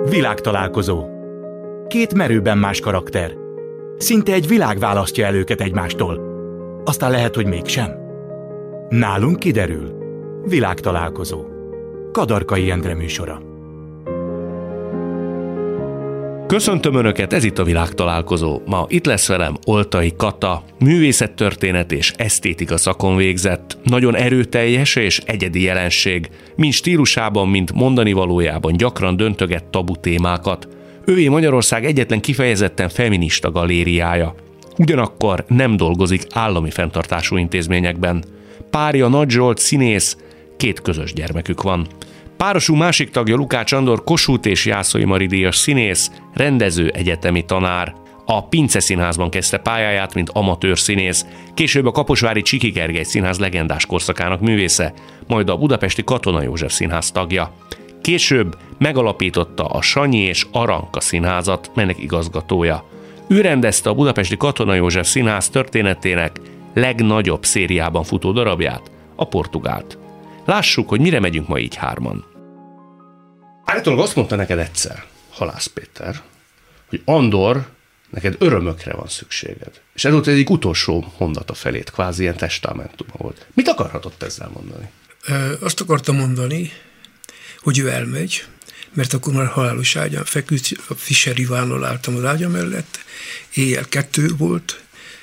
Világtalálkozó. Két merőben más karakter. Szinte egy világ választja el őket egymástól. Aztán lehet, hogy mégsem. Nálunk kiderül. Világtalálkozó. Kadarkai Endre műsora. Köszöntöm Önöket, ez itt a Világtalálkozó. Ma itt lesz velem Oltai Kata, művészettörténet és esztétika szakon végzett, nagyon erőteljes és egyedi jelenség, mind stílusában, mind mondani valójában gyakran döntöget tabu témákat. Ővé Magyarország egyetlen kifejezetten feminista galériája. Ugyanakkor nem dolgozik állami fenntartású intézményekben. Párja Nagy Zsolt színész, 2 közös gyermekük van. Párosú másik tagja Lukács Andor Kossuth és Jászai Mari díjas színész, rendező, egyetemi tanár. A Pince Színházban kezdte pályáját, mint amatőr színész, később a kaposvári Csiki Gergely Színház legendás korszakának művésze, majd a budapesti Katona József Színház tagja. Később megalapította a Sanyi és Aranka Színházat, melynek igazgatója. Ő rendezte a budapesti Katona József Színház történetének legnagyobb szériában futó darabját, a Portugált. Lássuk, hogy mire megyünk ma így hárman. Állítólag azt mondta neked egyszer, Halász Péter, hogy Andor, neked örömökre van szükséged. És ez volt egyik utolsó mondata felét, kvázi ilyen testamentuma volt. Mit akarhatott ezzel mondani? Azt akartam mondani, hogy ő elmegy, mert akkor már halálos ágyán feküdt, a Fischer Ivánnal álltam az ágya mellett, éjjel 2 volt,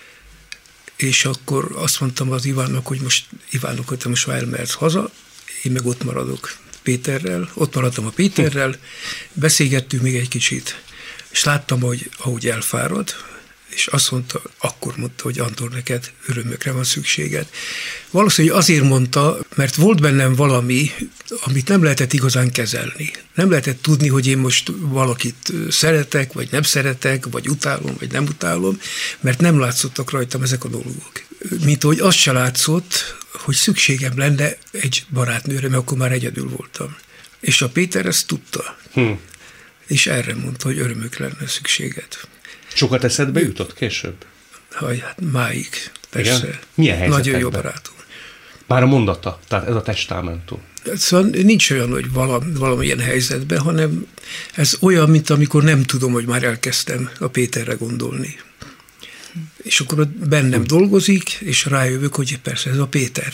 és akkor azt mondtam az Ivánnak, hogy Ivánnak, te most már elmehetsz haza, én meg ott maradok Péterrel, ott maradtam a Péterrel, beszélgettünk még egy kicsit, és láttam, hogy ahogy elfárad, és akkor mondta, hogy Andor, neked örömökre van szükséged. Valószínűleg azért mondta, mert volt bennem valami, amit nem lehetett igazán kezelni. Nem lehetett tudni, hogy én most valakit szeretek, vagy nem szeretek, vagy utálom, vagy nem utálom, mert nem látszottak rajtam ezek a dolgok. Mint ahogy az se látszott, hogy szükségem lenne egy barátnőre, mert akkor már egyedül voltam. És a Péter ezt tudta. És erre mondta, hogy örömökre lenne szükséged. Sokat eszedbe jutott később? Hát máig, persze. Igen? Milyen helyzetekben? Nagyon jó barátom. Már a mondata, tehát ez a testamentum. Szóval nincs olyan, hogy valamilyen helyzetben, hanem ez olyan, mint amikor nem tudom, hogy már elkezdtem a Péterre gondolni. És akkor ott bennem dolgozik, és rájövök, hogy persze ez a Péter.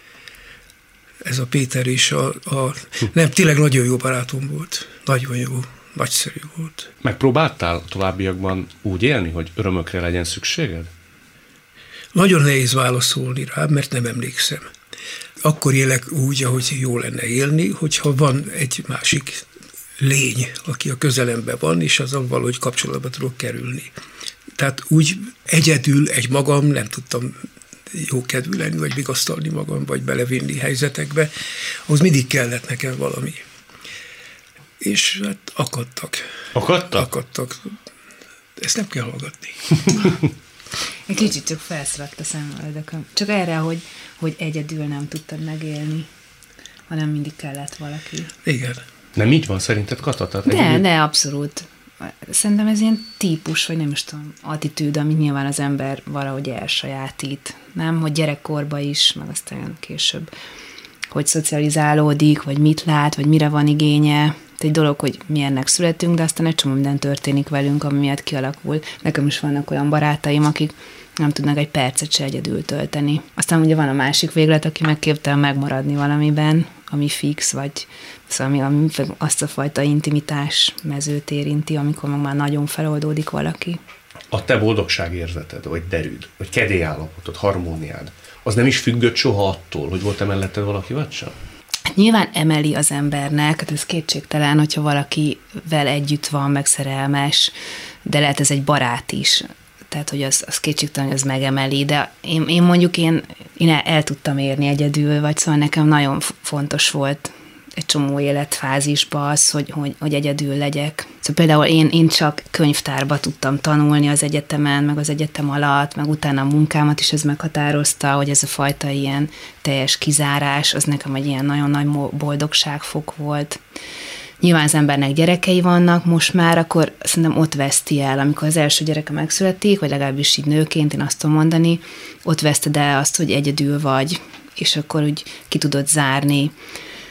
Ez a Péter is nem, tényleg nagyon jó barátom volt. Nagyon jó. Nagyszerű volt. Megpróbáltál továbbiakban úgy élni, hogy örömökre legyen szükséged? Nagyon nehéz válaszolni rá, mert nem emlékszem. Akkor élek úgy, ahogy jó lenne élni, hogyha van egy másik lény, aki a közelemben van, és azzal valahogy kapcsolatba tudok kerülni. Tehát úgy egyedül, egy magam nem tudtam jókedvű lenni, vagy vigasztalni magam, vagy belevinni helyzetekbe. Ahhoz mindig kellett nekem valami. És hát akadtak. Akadtak? Akadtak. Ezt nem kell hallgatni. Egy kicsit csak felszaladt a szemöldököm. Csak erre, hogy egyedül nem tudtad megélni, hanem mindig kellett valaki. Igen. Nem így van szerinted, Kata? De abszolút. Szerintem ez ilyen típus, vagy nem is tudom, attitűd, amit nyilván az ember valahogy elsajátít. Nem? Hogy gyerekkorban is, meg aztán később, hogy szocializálódik, vagy mit lát, vagy mire van igénye. Egy dolog, hogy milyennek születünk, de aztán egy csomó minden történik velünk, ami miatt kialakul. Nekem is vannak olyan barátaim, akik nem tudnak egy percet se egyedül tölteni. Aztán ugye van a másik véglet, aki meg képtelen megmaradni valamiben, ami fix, vagy szóval, ami azt a fajta intimitás mezőt érinti, amikor meg már nagyon feloldódik valaki. A te boldogságérzeted, vagy derűd, vagy kedélyállapotod, harmóniád, az nem is függött soha attól, hogy volt-e melletted valaki, vagy sem? Nyilván emeli az embernek, hát ez kétségtelen, hogyha valakivel együtt van, meg szerelmes, de lehet ez egy barát is. Tehát, hogy az kétségtelen, hogy az megemeli, de én mondjuk én el tudtam érni egyedül, vagy szóval nekem nagyon fontos volt egy csomó életfázisban az, hogy egyedül legyek. Szóval például én csak könyvtárba tudtam tanulni az egyetemen, meg az egyetem alatt, meg utána a munkámat is ez meghatározta, hogy ez a fajta ilyen teljes kizárás, az nekem egy ilyen nagyon nagy boldogságfok volt. Nyilván az embernek gyerekei vannak most már, akkor szerintem ott veszti el, amikor az első gyereke megszületik, vagy legalábbis így nőként, én azt tudom mondani, ott veszted el azt, hogy egyedül vagy, és akkor úgy ki tudod zárni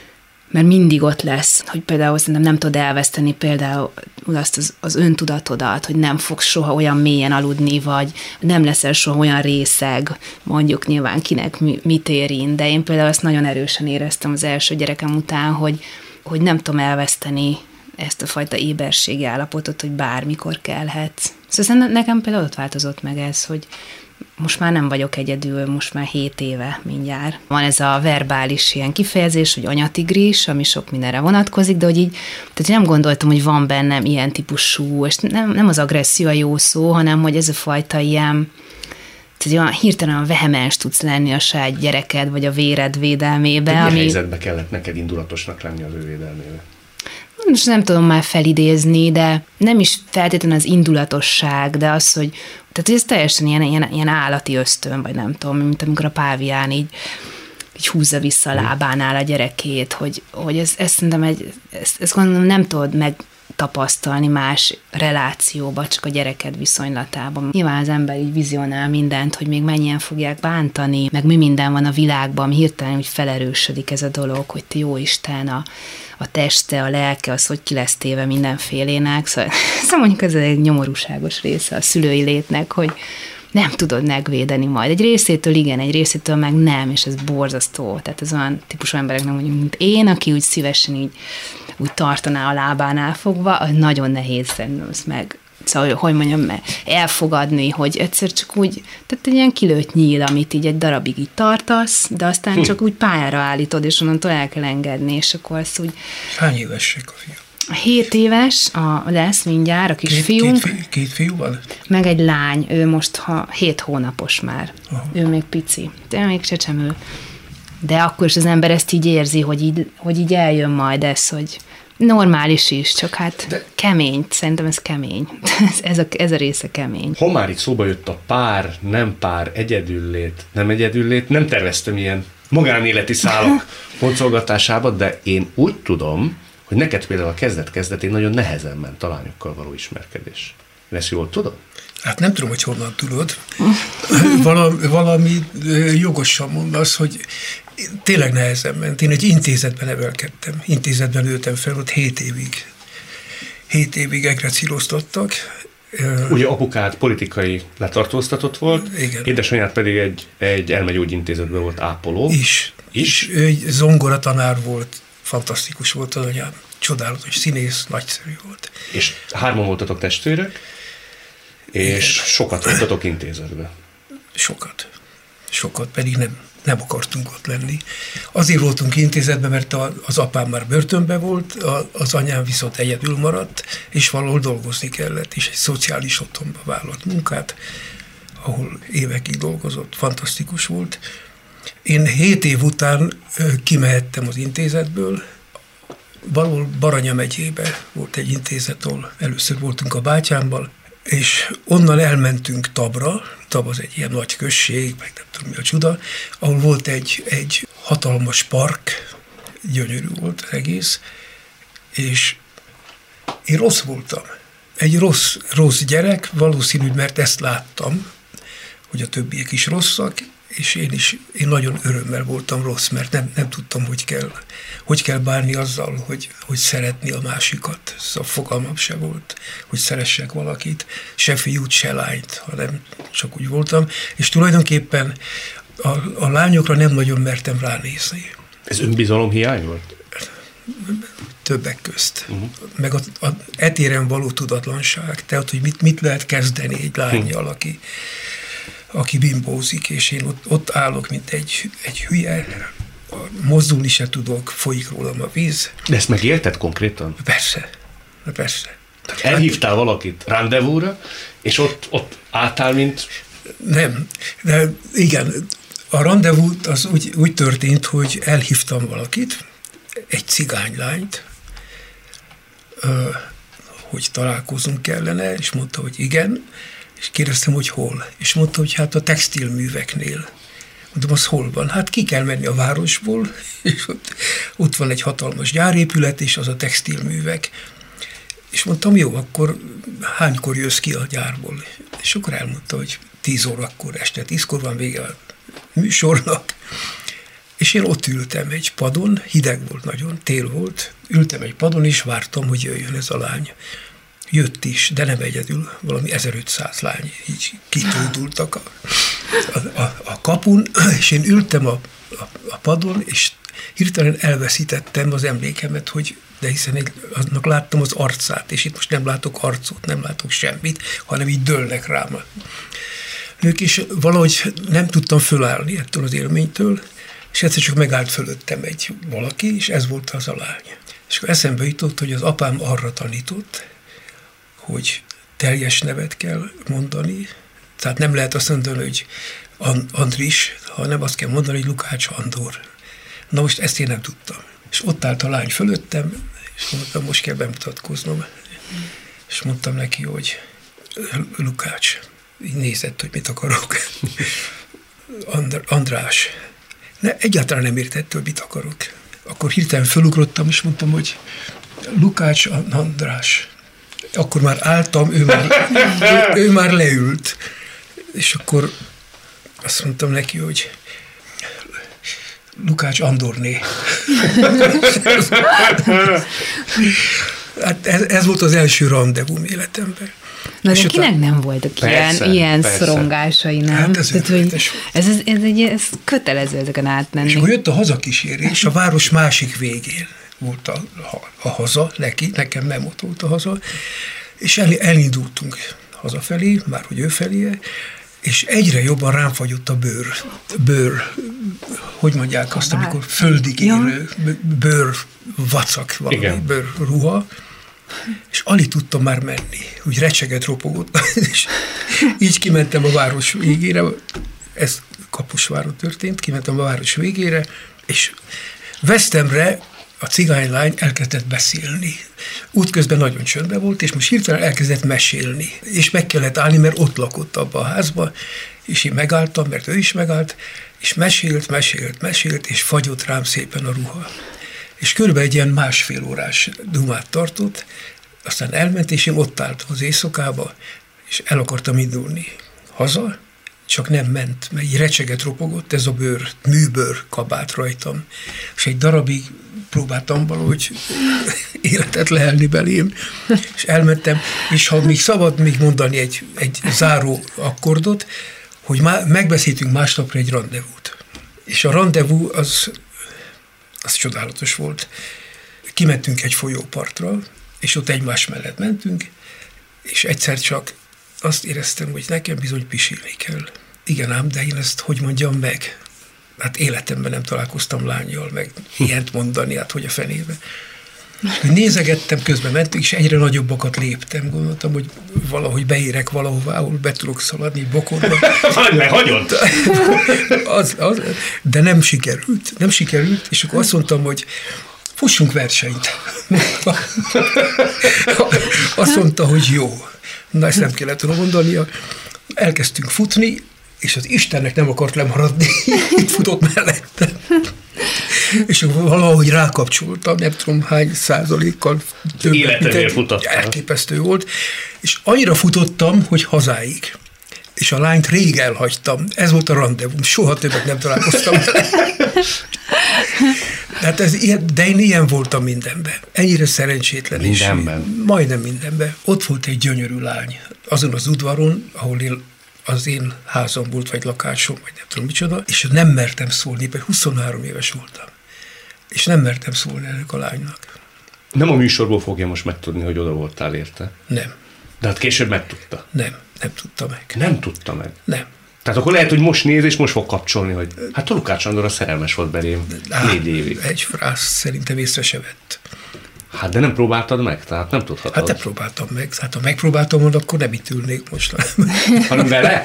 mert mindig ott lesz, hogy például szerintem nem tudod elveszteni például azt az öntudatodat, hogy nem fogsz soha olyan mélyen aludni, vagy nem leszel soha olyan részeg, mondjuk nyilván kinek mit érint, de én például ezt nagyon erősen éreztem az első gyerekem után, hogy nem tudom elveszteni ezt a fajta éberségi állapotot, hogy bármikor kellhetsz. Szóval nekem például ott változott meg ez, hogy most már nem vagyok egyedül, most már 7 éve mindjárt. Van ez a verbális ilyen kifejezés, hogy anyatigris, ami sok mindenre vonatkozik, de hogy így, tehát nem gondoltam, hogy van bennem ilyen típusú, és nem az agresszió a jó szó, hanem hogy ez a fajta ilyen, tehát olyan hirtelen vehemens tudsz lenni a saját gyereked, vagy a véred védelmébe. Milyen helyzetbe kellett neked indulatosnak lenni az ő védelmébe? Most nem tudom már felidézni, de nem is feltétlenül az indulatosság, de az, hogy tehát ez teljesen ilyen állati ösztön, vagy nem tudom, mint amikor a pávián így húzza vissza a lábánál a gyerekét, hogy ez szerintem ezt gondolom nem tudod megtapasztalni más relációba, csak a gyereked viszonylatában. Nyilván az ember így vizionál mindent, hogy még mennyien fogják bántani, meg mi minden van a világban, ami hirtelen úgy felerősödik ez a dolog, hogy te jó Isten, a teste, a lelke, az hogy ki lesz téve mindenfélének. Szóval mondjuk ez egy nyomorúságos része a szülői létnek, hogy nem tudod megvédeni majd. Egy részétől igen, egy részétől meg nem, és ez borzasztó. Tehát ez olyan típusú embereknek mondjuk, mint én, aki úgy szívesen így úgy tartaná a lábánál fogva, az nagyon nehéz szerintem ezt meg. Szóval, hogy mondjam, elfogadni, hogy egyszer csak úgy, tehát egy ilyen kilőtt nyíl, amit így egy darabig így tartasz, de aztán csak úgy pályára állítod, és onnantól el kell engedni, és akkor azt úgy... Hány évesek a fiú? 7 éves lesz mindjárt a kisfiunk. Két fiú van? Meg egy lány, ő most 7 hónapos már. Aha. Ő még pici, de még csecsemő. De akkor is az ember ezt így érzi, hogy így eljön majd ez, hogy normális is, csak hát kemény. Szerintem ez kemény. ez a része kemény. Ha már itt szóba jött a pár, egyedüllét, nem egyedüllét, nem terveztem ilyen magánéleti szálak boncolgatásába, de én úgy tudom, hogy neked például a kezdet-kezdetén nagyon nehezen ment a lányokkal való ismerkedés. Én ezt jól tudom? Hát nem tudom, hogy honnan tudod. Valami jogosan mondasz, hogy tényleg nehezen ment. Én egy intézetben nevelkedtem. Intézetben nőttem fel, ott 7 évig. 7 évig egrecíroztattak. Ugye apukád politikai letartóztatott volt, igen. Édesanyád pedig egy elmegyógyintézetben volt ápoló. Is? Ő egy zongoratanár volt, fantasztikus volt az anyám, csodálatos színész, nagyszerű volt. És 3 voltatok testvérek, és igen. Sokat voltatok intézetben. Sokat, pedig nem akartunk ott lenni. Azért voltunk intézetben, mert az apám már börtönben volt, az anyám viszont egyedül maradt, és valahol dolgozni kellett, és egy szociális otthonba vállalt munkát, ahol évekig dolgozott, fantasztikus volt. Én 7 év után kimehettem az intézetből, valahol Baranya megyébe volt egy intézet, ahol először voltunk a bátyámmal, és onnan elmentünk Tabra, Tab az egy ilyen nagy község, meg nem tudom mi a csuda, ahol volt egy hatalmas park, gyönyörű volt az egész, és én rossz voltam. Egy rossz gyerek, valószínű, mert ezt láttam, hogy a többiek is rosszak, és én nagyon örömmel voltam rossz, mert nem tudtam, hogy kell bánni azzal, hogy szeretni a másikat. Szóval fogalmam se volt, hogy szeressek valakit, se fiút, se lányt, hanem csak úgy voltam. És tulajdonképpen a lányokra nem nagyon mertem ránézni. Ez önbizalom hiány volt? Többek közt. Meg a etéren való tudatlanság. Tehát, hogy mit lehet kezdeni egy lánnyal, aki bimbózik, és én ott állok, mint egy hülye, mozdulni se tudok, folyik rólam a víz. De ezt megérted konkrétan? Persze. Tehát elhívtál valakit rendezvúra, és ott álltál, mint... Nem, de igen, a rendezvú az úgy történt, hogy elhívtam valakit, egy cigánylányt, hogy találkozunk kellene, és mondta, hogy igen, és kérdeztem, hogy hol. És mondta, hogy hát a textilműveknél. Mondom, az hol van? Hát ki kell menni a városból, és ott van egy hatalmas gyárépület, és az a textilművek. És mondtam, jó, akkor hánykor jössz ki a gyárból? És akkor elmondta, hogy 10 órakor, este 10-kor van vége a műsornak. És én ott ültem egy padon, hideg volt nagyon, tél volt, ültem egy padon, és vártam, hogy jöjjön ez a lány. Jött is, de nem egyedül, valami 1500 lány, így kitódultak a kapun, és én ültem a padon, és hirtelen elveszítettem az emlékemet, de hiszen annak láttam az arcát, és itt most nem látok arcot, nem látok semmit, hanem így dőlnek rám. Nők is valahogy nem tudtam fölállni ettől az élménytől, és egyszer csak megállt fölöttem egy valaki, és ez volt az a lány. És akkor eszembe jutott, hogy az apám arra tanított, hogy teljes nevet kell mondani, tehát nem lehet azt mondani, hogy Andris, hanem azt kell mondani, hogy Lukács Andor. Na most ezt én nem tudtam. És ott állt a lány fölöttem, és mondtam, most kell bemutatkoznom. És mondtam neki, hogy Lukács. Így nézett, hogy mit akarok. András. Egyáltalán nem értett, hogy mit akarok. Akkor hirtelen fölugrottam, és mondtam, hogy Lukács András. Akkor már álltam, ő már leült. És akkor azt mondtam neki, hogy Lukács Andorné. Hát ez volt az első randevum életemben. Na de kinek nem voltak ilyen szorongásai, nem? Hát ez kötelező ezeken átmenni. És akkor jött a hazakísérés, és a város másik végén volt a haza, nekem nem ott volt a haza, és elindultunk hazafelé, már hogy ő felé, és egyre jobban rám fagyott a bőr, hogy mondják azt, amikor földig érő, bőr vacak valami, bőr ruha, és alig tudtam már menni, úgy recseget ropogott, és így kimentem a város végére, ez Kaposváron történt, kimentem a város végére, és Vesztemre a cigánylány elkezdett beszélni. Útközben nagyon csöndben volt, és most hirtelen elkezdett mesélni. És meg kellett állni, mert ott lakott abban a házban, és én megálltam, mert ő is megállt, és mesélt, és fagyott rám szépen a ruha. És körülbelül egy ilyen 1,5 órás dumát tartott, aztán elment, és én ott álltam az éjszakába, és el akartam indulni haza, csak nem ment, mert így recseget ropogott ez a műbőr kabát rajtam, és egy darabig próbáltam valahogy életet lehelni belém, és elmentem, és ha még szabad még mondani egy záró akkordot, hogy megbeszéltünk másnapra egy randevút. És a randevú az csodálatos volt. Kimentünk egy folyópartra, és ott egymás mellett mentünk, és egyszer csak azt éreztem, hogy nekem bizony pisilni kell. Igen ám, de én ezt hogy mondjam meg? Hát életemben nem találkoztam lánnyal, meg ilyent mondani, hát hogy a fenébe. Nézegettem, közben mentünk, és egyre nagyobbakat léptem. Gondoltam, hogy valahogy beérek valahová, ahol be tudok szaladni bokorba. Lehagyott? De nem sikerült, és akkor azt mondtam, hogy fussunk versenyt. Azt mondta, hogy jó. Na, ezt nem kellett volna mondania. Elkezdtünk futni, és az Istennek nem akart lemaradni. Itt futott mellette. És valahogy rákapcsoltam, nem tudom hány százalékkal többet. Életemért futottál. Elképesztő volt. És annyira futottam, hogy hazáig. És a lányt rég elhagytam. Ez volt a randevum. Soha többet nem találkoztam vele. De én ilyen voltam mindenben. Ennyire szerencsétlen is. Mindenben? Majdnem mindenben. Ott volt egy gyönyörű lány. Azon az udvaron, ahol az én házam volt, vagy lakásom, vagy nem tudom micsoda, és nem mertem szólni, mert 23 éves voltam. És nem mertem szólni ennek a lánynak. Nem a műsorból fogja most megtudni, hogy oda voltál érte? Nem. De hát később megtudta? Nem tudta meg. Nem tudta meg? Nem. Tehát akkor lehet, hogy most néz, és most fog kapcsolni, hogy hát a Lukács Andor szerelmes volt belém 4 évig. Egy frász szerintem észre se vett. Hát de nem próbáltad meg? Tehát nem tudhatod. Hát nem próbáltam meg. Hát ha megpróbáltam volna, akkor nem itt ülnék most. Hanem vele?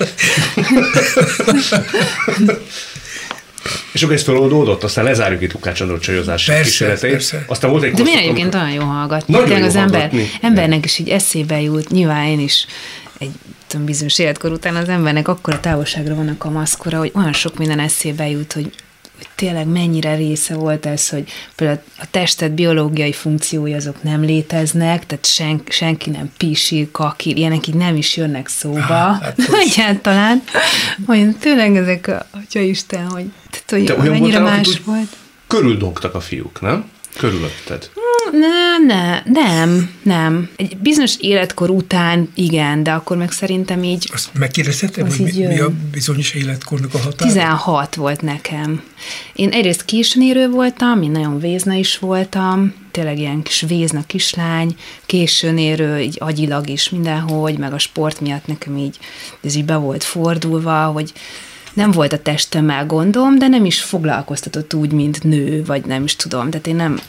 És akkor ez feloldódott, aztán lezárjuk itt Lukács Andor csajozás kísérleteit. Persze. Aztán volt egy de miért egyébként olyan jó hallgatni? Nagyon jó az hallgatni. Embernek is így eszébe jut, nyilván én is egy bizonyos életkor után az embernek akkora távolságra van a kamaszkora, hogy olyan sok minden eszébe jut, hogy tényleg mennyire része volt ez, hogy például a tested biológiai funkciói azok nem léteznek, tehát senki nem pisil, kakil, ilyenek így nem is jönnek szóba. Egyáltalán. Hogy tényleg ezek, Atyaisten, hogy mennyire más volt. Körüldogtak a fiúk, nem? Körülötted. Nem. Egy bizonyos életkor után igen, de akkor meg szerintem így... Azt megkérdezhetem, hogy mi a bizonyos életkornak a határa? 16 volt nekem. Én egyrészt későnérő voltam, én nagyon vézna is voltam, tényleg ilyen kis vézna kislány, későnérő, így agyilag is mindenhogy, meg a sport miatt nekem így, ez így be volt fordulva, hogy nem volt a testemmel gondom, de nem is foglalkoztatott úgy, mint nő, vagy nem is tudom. Tehát én nem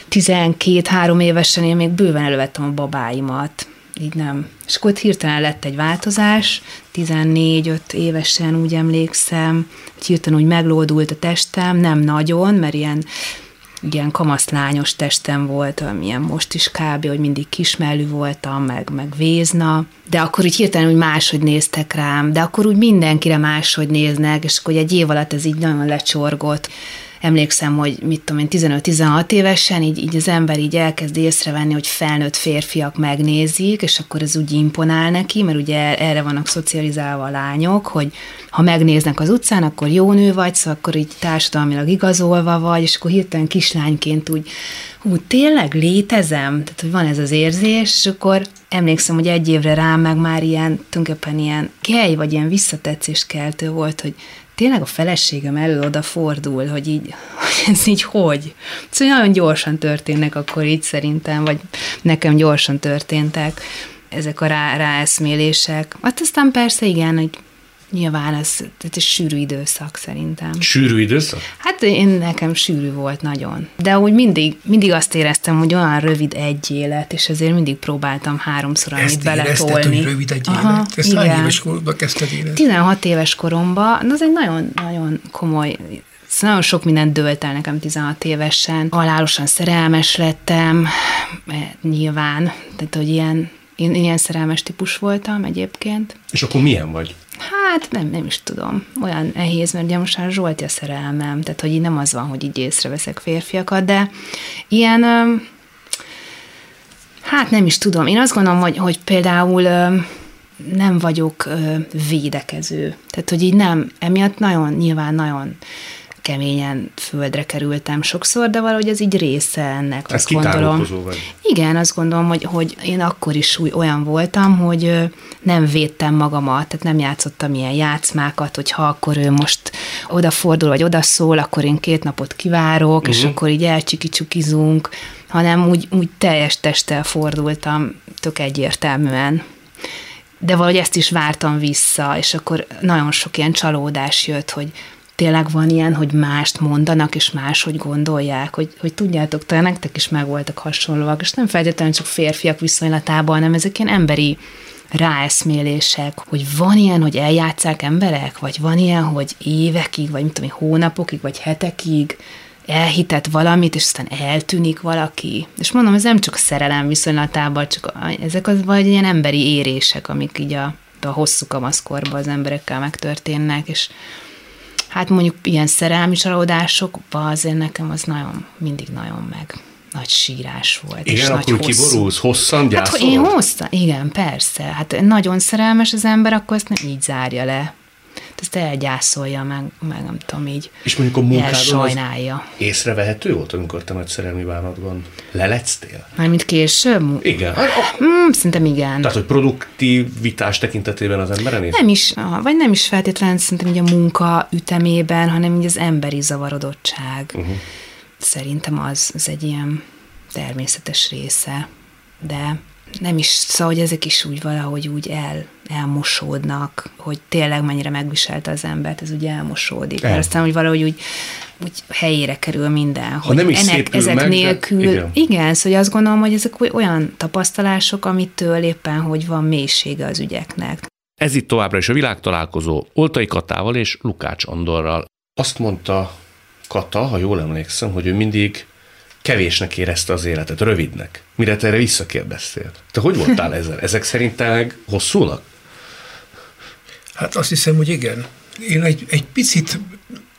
12-3 évesen én még bőven elővettem a babáimat. Így nem. És akkor hirtelen lett egy változás, 14-5 évesen úgy emlékszem, hogy hirtelen úgy meglódult a testem, nem nagyon, mert ilyen kamaszlányos testem volt, amilyen most is kb., hogy mindig kismellű voltam, meg vézna, de akkor úgy hirtelen úgy máshogy néztek rám, de akkor úgy mindenkire máshogy néznek, és akkor egy év alatt ez így nagyon lecsorgott. Emlékszem, hogy mit tudom én, 15-16 évesen így az ember így elkezd észrevenni, hogy felnőtt férfiak megnézik, és akkor ez úgy imponál neki, mert ugye erre vannak szocializálva a lányok, hogy ha megnéznek az utcán, akkor jó nő vagy, szóval akkor így társadalmilag igazolva vagy, és akkor hirtelen kislányként úgy, tényleg létezem? Tehát, hogy van ez az érzés, és akkor emlékszem, hogy egy évre rám meg már ilyen, tulajdonképpen ilyen kej, vagy ilyen visszatetszéskeltő volt, hogy tényleg a feleségem elől odafordul, hogy ez így hogy? Szóval nagyon gyorsan történnek akkor így szerintem, vagy nekem gyorsan történtek ezek a ráeszmélések. Hát aztán persze igen, hogy nyilván ez egy sűrű időszak szerintem. Sűrű időszak? Hát nekem sűrű volt nagyon. De úgy mindig azt éreztem, hogy olyan rövid egy élet, és ezért mindig próbáltam 3-szor annyit beletolni. Ezt érezted, hogy rövid egy élet? Ezt hány éves koromban kezdted érezni? 16 éves koromban, de az egy nagyon komoly... Nagyon sok mindent dőlt el nekem 16 évesen. Halálosan szerelmes lettem, nyilván. Tehát, hogy én ilyen szerelmes típus voltam egyébként. És akkor milyen vagy? Hát nem is tudom. Olyan nehéz, mert ugye most már Zsolti a szerelmem, tehát hogy így nem az van, hogy így észreveszek férfiakat, de ilyen, hát nem is tudom. Én azt gondolom, hogy például nem vagyok védekező. Tehát, hogy így nem, emiatt nyilván nagyon keményen földre kerültem sokszor, de valahogy ez így része ennek. Ez kitárulkozó vagy. Igen, azt gondolom, hogy én akkor is olyan voltam, hogy nem védtem magamat, tehát nem játszottam ilyen játszmákat, hogy ha akkor ő most odafordul, vagy odaszól, akkor én 2 napot kivárok, és akkor így elcsiki-csukizunk, hanem úgy teljes testtel fordultam, tök egyértelműen. De valahogy ezt is vártam vissza, és akkor nagyon sok ilyen csalódás jött, hogy tényleg van ilyen, hogy mást mondanak, és máshogy gondolják, hogy tudjátok, talán nektek is megvoltak hasonlóak, és nem feltétlenül csak férfiak viszonylatában, hanem ezek ilyen emberi ráeszmélések, hogy van ilyen, hogy eljátsszák emberek, vagy van ilyen, hogy évekig, vagy mit tudom, hónapokig, vagy hetekig elhitet valamit, és aztán eltűnik valaki. És mondom, ez nem csak a szerelem viszonylatában, csak ezek az vagy ilyen emberi érések, amik így a hosszú kamaszkorban az emberekkel megtörténnek, és hát mondjuk ilyen szerelmi csalódásokban azért nekem az mindig nagyon nagy sírás volt. Igen, és akkor nagy kiborulsz, hosszan gyászolod? Hát én hosszan, igen, persze. Hát nagyon szerelmes az ember, akkor ezt nem így zárja le. Ezt elgyászolja, meg nem tudom, így és mondjuk a munkádon elsajnálja. Észrevehető volt, amikor te nagy szerelmi bánatban lelectél? Mármint később? Igen. Szerintem igen. Tehát, hogy produktivitás tekintetében az emberen ész? Nem is, vagy nem is feltétlenül szerintem így a munka ütemében, hanem így az emberi zavarodottság. Szerintem az egy ilyen természetes része. De nem is, szóval, hogy ezek is úgy valahogy úgy elmosódnak, hogy tényleg mennyire megviselte az embert, ez úgy elmosódik. Mert aztán úgy valahogy úgy helyére kerül minden. Ha nem is ezek meg, nélkül. Igen, szóval azt gondolom, hogy ezek olyan tapasztalások, amitől éppen, hogy van mélysége az ügyeknek. Ez itt továbbra is a Világtalálkozó Oltai Katával és Lukács Andorral. Azt mondta Kata, ha jól emlékszem, hogy ő mindig kevésnek érezte az életet, rövidnek. Mire te erre visszakérdeztél? Te hogy voltál ezzel? Ezek szerint te hosszúnak? Hát azt hiszem, hogy igen. Én egy picit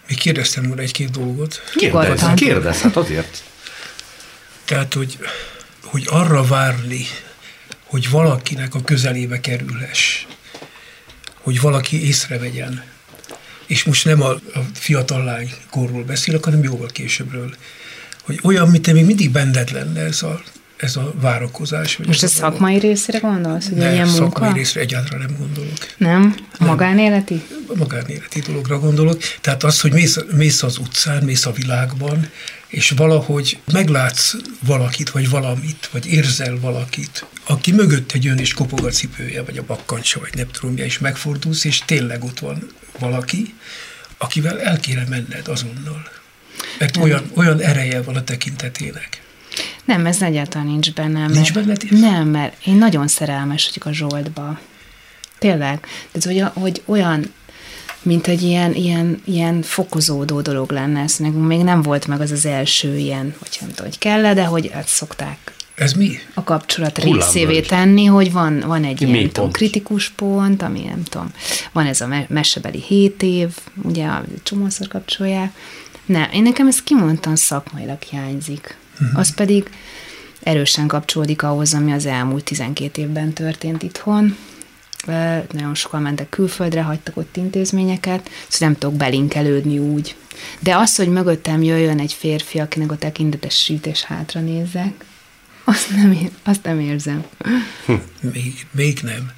Még kérdeztem volna egy-két dolgot. Kérdezz, hát azért. Tehát, hogy arra várni, hogy valakinek a közelébe kerülhess, hogy valaki észrevegyen. És most nem a fiatal lánykorról beszélek, hanem jóval későbbről. Hogy olyan, mint még mindig benned lenne ez a várakozás. Most a szakmai részre gondolsz? Hogy Ne, szakmai munka? részre egyáltalán nem gondolok. Nem? A magánéleti? A magánéleti dologra gondolok. Tehát az, hogy mész az utcán, mész a világban, és valahogy meglátsz valakit, vagy valamit, vagy érzel valakit, aki mögötte jön, és kopog a cipője, vagy a bakkancsa, vagy nem tudom, és megfordulsz, és tényleg ott van valaki, akivel el kéne menned azonnal. Mert olyan ereje van a tekintetének. Nem, ez egyáltalán nincs bennem. Nincs benned is? Nem, mert én nagyon szerelmes vagyok a Zsoltba. Tényleg. Tehát, hogy olyan, mint egy ilyen fokozódó dolog lenne. Ez még nem volt meg az első ilyen, hogy nem tudom, hogy kell, de hogy ezt szokták Ez mi? a kapcsolat részévé tenni, hogy van egy ilyen nem tudom, kritikus pont, ami nem tudom, van ez a mesebeli 7 év, ugye csomószor kapcsolják. Nem, én nekem ez kimondtan szakmailag hiányzik. Az pedig erősen kapcsolódik ahhoz, ami az elmúlt 12 évben történt itthon. Nagyon sokan mentek külföldre, hagytak ott intézményeket, szóval nem tudok belinkelődni úgy. De az, hogy mögöttem jöjjön egy férfi, akinek a tekintete süt és hátra nézzek, azt nem érzem. Még nem.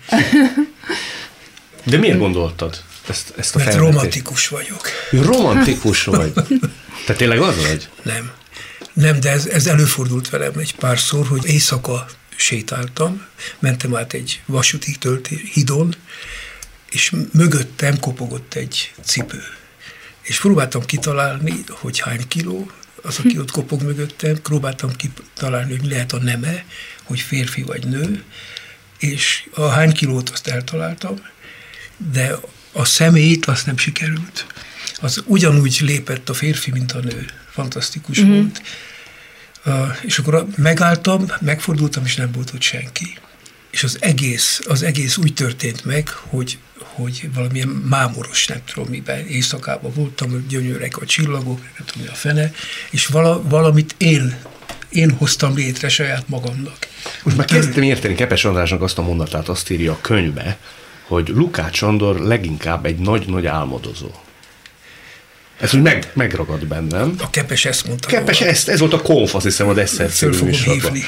De miért gondoltad ezt a Mert romantikus vagyok. Romantikus vagy? Te tényleg az vagy? Nem, de ez előfordult velem egy párszor, hogy éjszaka sétáltam, mentem át egy vasúti hídon, és mögöttem kopogott egy cipő. És próbáltam kitalálni, hogy hány kiló az, aki ott kopog mögöttem, próbáltam kitalálni, hogy lehet a neme, hogy férfi vagy nő, és a hány kilót azt eltaláltam, de a személyt azt nem sikerült. Az ugyanúgy lépett a férfi, mint a nő. Fantasztikus volt. És akkor megálltam, megfordultam, és nem volt ott senki. És az egész úgy történt meg, hogy valamilyen mámoros, nem tudom miben, éjszakában voltam, gyönyörek a csillagok, nem tudom mi a fene, és valamit én hoztam létre saját magamnak. Most már kezdtem érteni Kepes Andrásnak azt a mondatát, azt írja a könyvbe, hogy Lukács Andor leginkább egy nagy-nagy álmodozó. Ez úgy megragad bennem. A Kepes ezt mondta. Kepes ez volt a konf, azt hiszem, a Desszert Föl fogom hívni.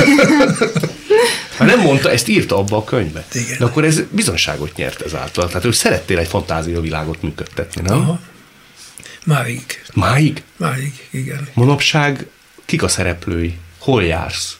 Ha nem mondta, ezt írta abba a könyvbe. Igen. De akkor ez bizonyságot nyert ezáltal. Tehát ő szerettél egy fantáziavilágot működtetni, nem? Aha. Máig. Máig? Máig, igen. Manapság kik a szereplői? Hol jársz?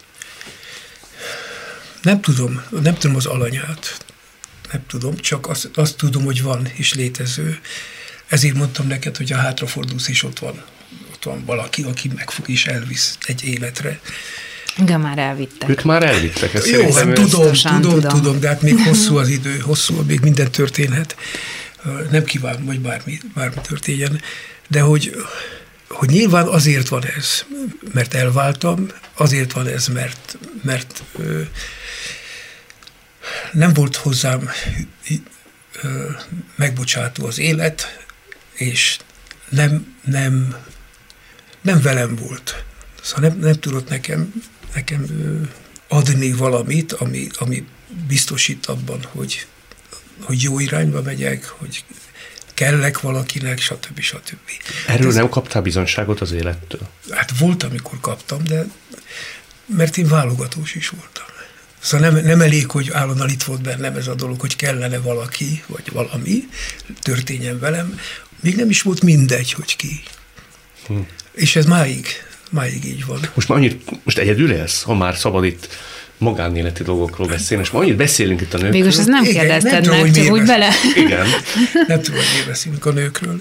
Nem tudom az alanyát. Nem tudom, csak azt tudom, hogy van és létező. Ezért mondtam neked, hogy ha hátrafordulsz, és ott van valaki, aki megfog és elvisz egy életre. Igen, már elvittek. Őt már elvittek. Ezt jó, hát tudom, de hát még hosszú az idő, még minden történhet. Nem kívánom, hogy bármi történjen. De hogy nyilván azért van ez, mert elváltam, azért van ez, mert nem volt hozzám megbocsátó az élet, és nem velem volt. Szóval nem tudott nekem adni valamit, ami biztosít abban, hogy jó irányba megyek, hogy kellek valakinek, stb. Erről nem kaptál bizonyságot az élettől? Hát volt, amikor kaptam, de mert én válogatós is voltam. Szóval nem elég, hogy állandóan itt volt bennem ez a dolog, hogy kellene valaki, vagy valami történjen velem. Még nem is volt mindegy, hogy ki. És ez máig így van. Most egyedül élsz, ha már szabad itt magánéleti dolgokról beszélni, és ma annyit beszélünk itt a nőkről. Végülis ezt nem kérdezted meg, csak úgy bele. Igen. Nem tudom, hogy miért beszélünk a nőkről.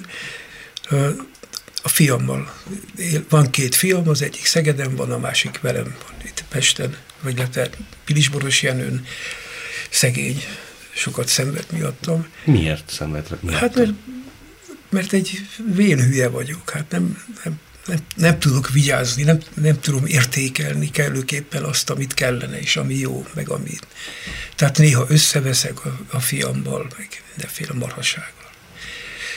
A fiammal. Van 2 fiam, az egyik Szegeden van, a másik velem van itt Pesten, vagy Pilisboros Jenőn. Szegény, sokat szenved miattam. Miért szenved miattam? Hát mert egy vélhülye vagyok. Hát nem tudok vigyázni, nem tudom értékelni kellőképpen azt, amit kellene, és ami jó, meg amit. Tehát néha összeveszek a fiammal, meg mindenféle marhasággal.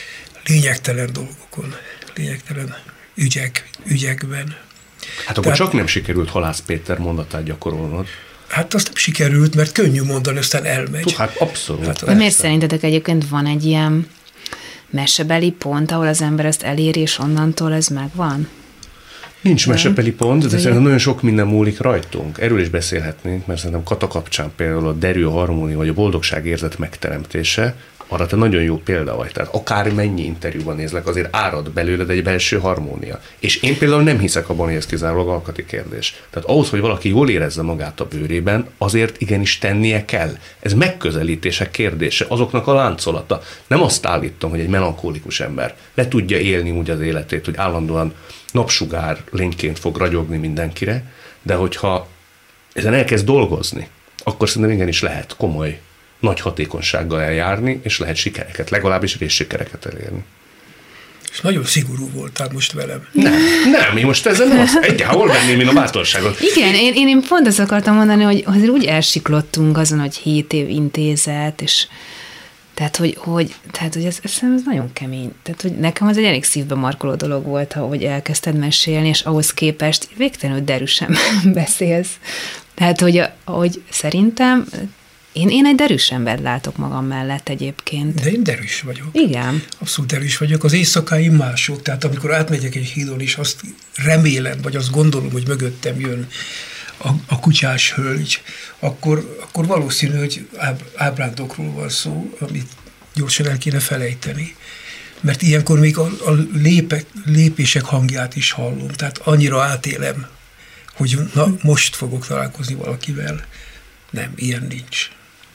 lényegtelen dolgokon, lényegtelen ügyekben. Hát akkor csak nem sikerült Halász Péter mondatát gyakorolnod. Hát azt nem sikerült, mert könnyű mondani, aztán elmegy. Hát abszolút. De miért szerintetek egyébként van egy ilyen mesebeli pont, ahol az ember ezt eléri, és onnantól ez megvan? Nincs mesebeli pont, de szerintem nagyon sok minden múlik rajtunk. Erről is beszélhetnénk, mert szerintem Kata kapcsán például a derű, a harmónia, vagy a boldogság érzet megteremtése, arra te nagyon jó példa vagy. Tehát akár mennyi interjúban nézlek, azért árad belőled egy belső harmónia. És én például nem hiszek abban, hogy ez kizárólag alkati kérdés. Tehát ahhoz, hogy valaki jól érezze magát a bőrében, azért igenis tennie kell. Ez megközelítések kérdése, azoknak a láncolata. Nem azt állítom, hogy egy melankólikus ember le tudja élni úgy az életét, hogy állandóan napsugár lényként fog ragyogni mindenkire, de hogyha ezen elkezd dolgozni, akkor szerintem igenis lehet komoly, nagy hatékonysággal eljárni, és lehet sikereket, legalábbis részsikereket elérni. És nagyon szigorú voltál most velem. Nem, én most ezzel nem azt, hol venném én a bátorságot? Igen, én pont azt akartam mondani, hogy azért úgy elsiklottunk azon, hogy 7 év intézet, és tehát, hogy ez nagyon kemény. Tehát, hogy nekem az egy elég szívbe markoló dolog volt, hogy elkezdted mesélni, és ahhoz képest végtelenül derűsen beszélsz. Tehát, hogy szerintem én egy derűs embert látok magam mellett egyébként. De én derűs vagyok. Igen. Abszolút derűs vagyok. Az éjszakáim mások. Tehát amikor átmegyek egy hídon, és azt remélem, vagy azt gondolom, hogy mögöttem jön a kutyás hölgy, akkor valószínű, hogy ábrándokról van szó, amit gyorsan el kéne felejteni. Mert ilyenkor még a lépések hangját is hallom. Tehát annyira átélem, hogy na, most fogok találkozni valakivel. Nem, ilyen nincs.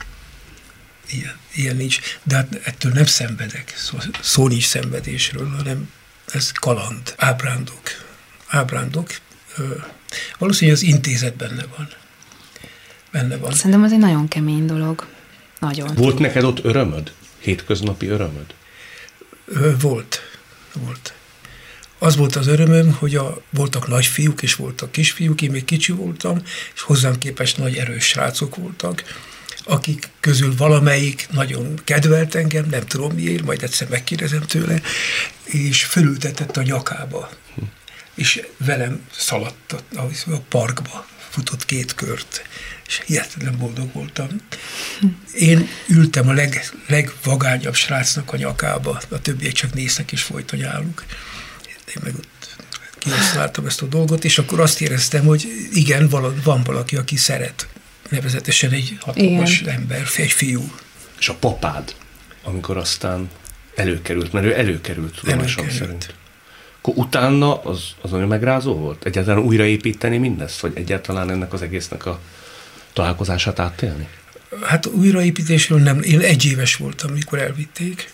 Ilyen nincs. De hát ettől nem szenvedek. Szó nincs szenvedésről, hanem ez kaland. Ábrándok. Valószínűleg az intézet benne van. Szerintem az egy nagyon kemény dolog. Nagyon. Volt neked ott örömöd? Hétköznapi örömöd? Volt. Az volt az örömöm, hogy voltak nagyfiúk és voltak kisfiúk, én még kicsi voltam, és hozzám képest nagy erős srácok voltak, akik közül valamelyik nagyon kedvelt engem, nem tudom miért, majd egyszer megkérdezem tőle, és fölültetett a nyakába. És velem szaladt a parkba, futott 2 kört, és hihetetlen boldog voltam. Én ültem a legvagányabb srácnak a nyakába, a többiek csak néztek és folyt a nyáluk. Én meg ott kihasználtam ezt a dolgot, és akkor azt éreztem, hogy igen, van valaki, aki szeret. Nevezetesen egy hatalmas ember, egy fiú. És a papád, amikor aztán előkerült, mert ő előkerült tudomásom szerint. Akkor utána az nagyon megrázó volt? Egyáltalán újraépíteni mindezt? Vagy egyáltalán ennek az egésznek a találkozását átélni? Hát újraépítésről nem. Én 1 éves voltam, mikor elvitték.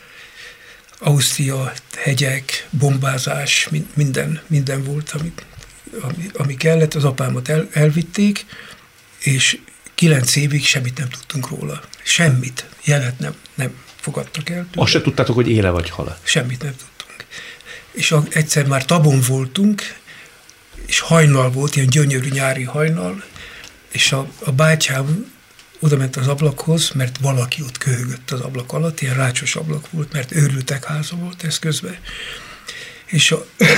Ausztria, hegyek, bombázás, minden volt, ami kellett. Az apámat elvitték, és 9 évig semmit nem tudtunk róla. Semmit. Jelet nem fogadtak el tőle. Azt se tudtátok, hogy éle vagy hal-e? Semmit nem tudtunk. És egyszer már Tabon voltunk, és hajnal volt, ilyen gyönyörű nyári hajnal, és a bátyám oda ment az ablakhoz, mert valaki ott köhögött az ablak alatt, ilyen rácsos ablak volt, mert őrültek háza volt ez közben. És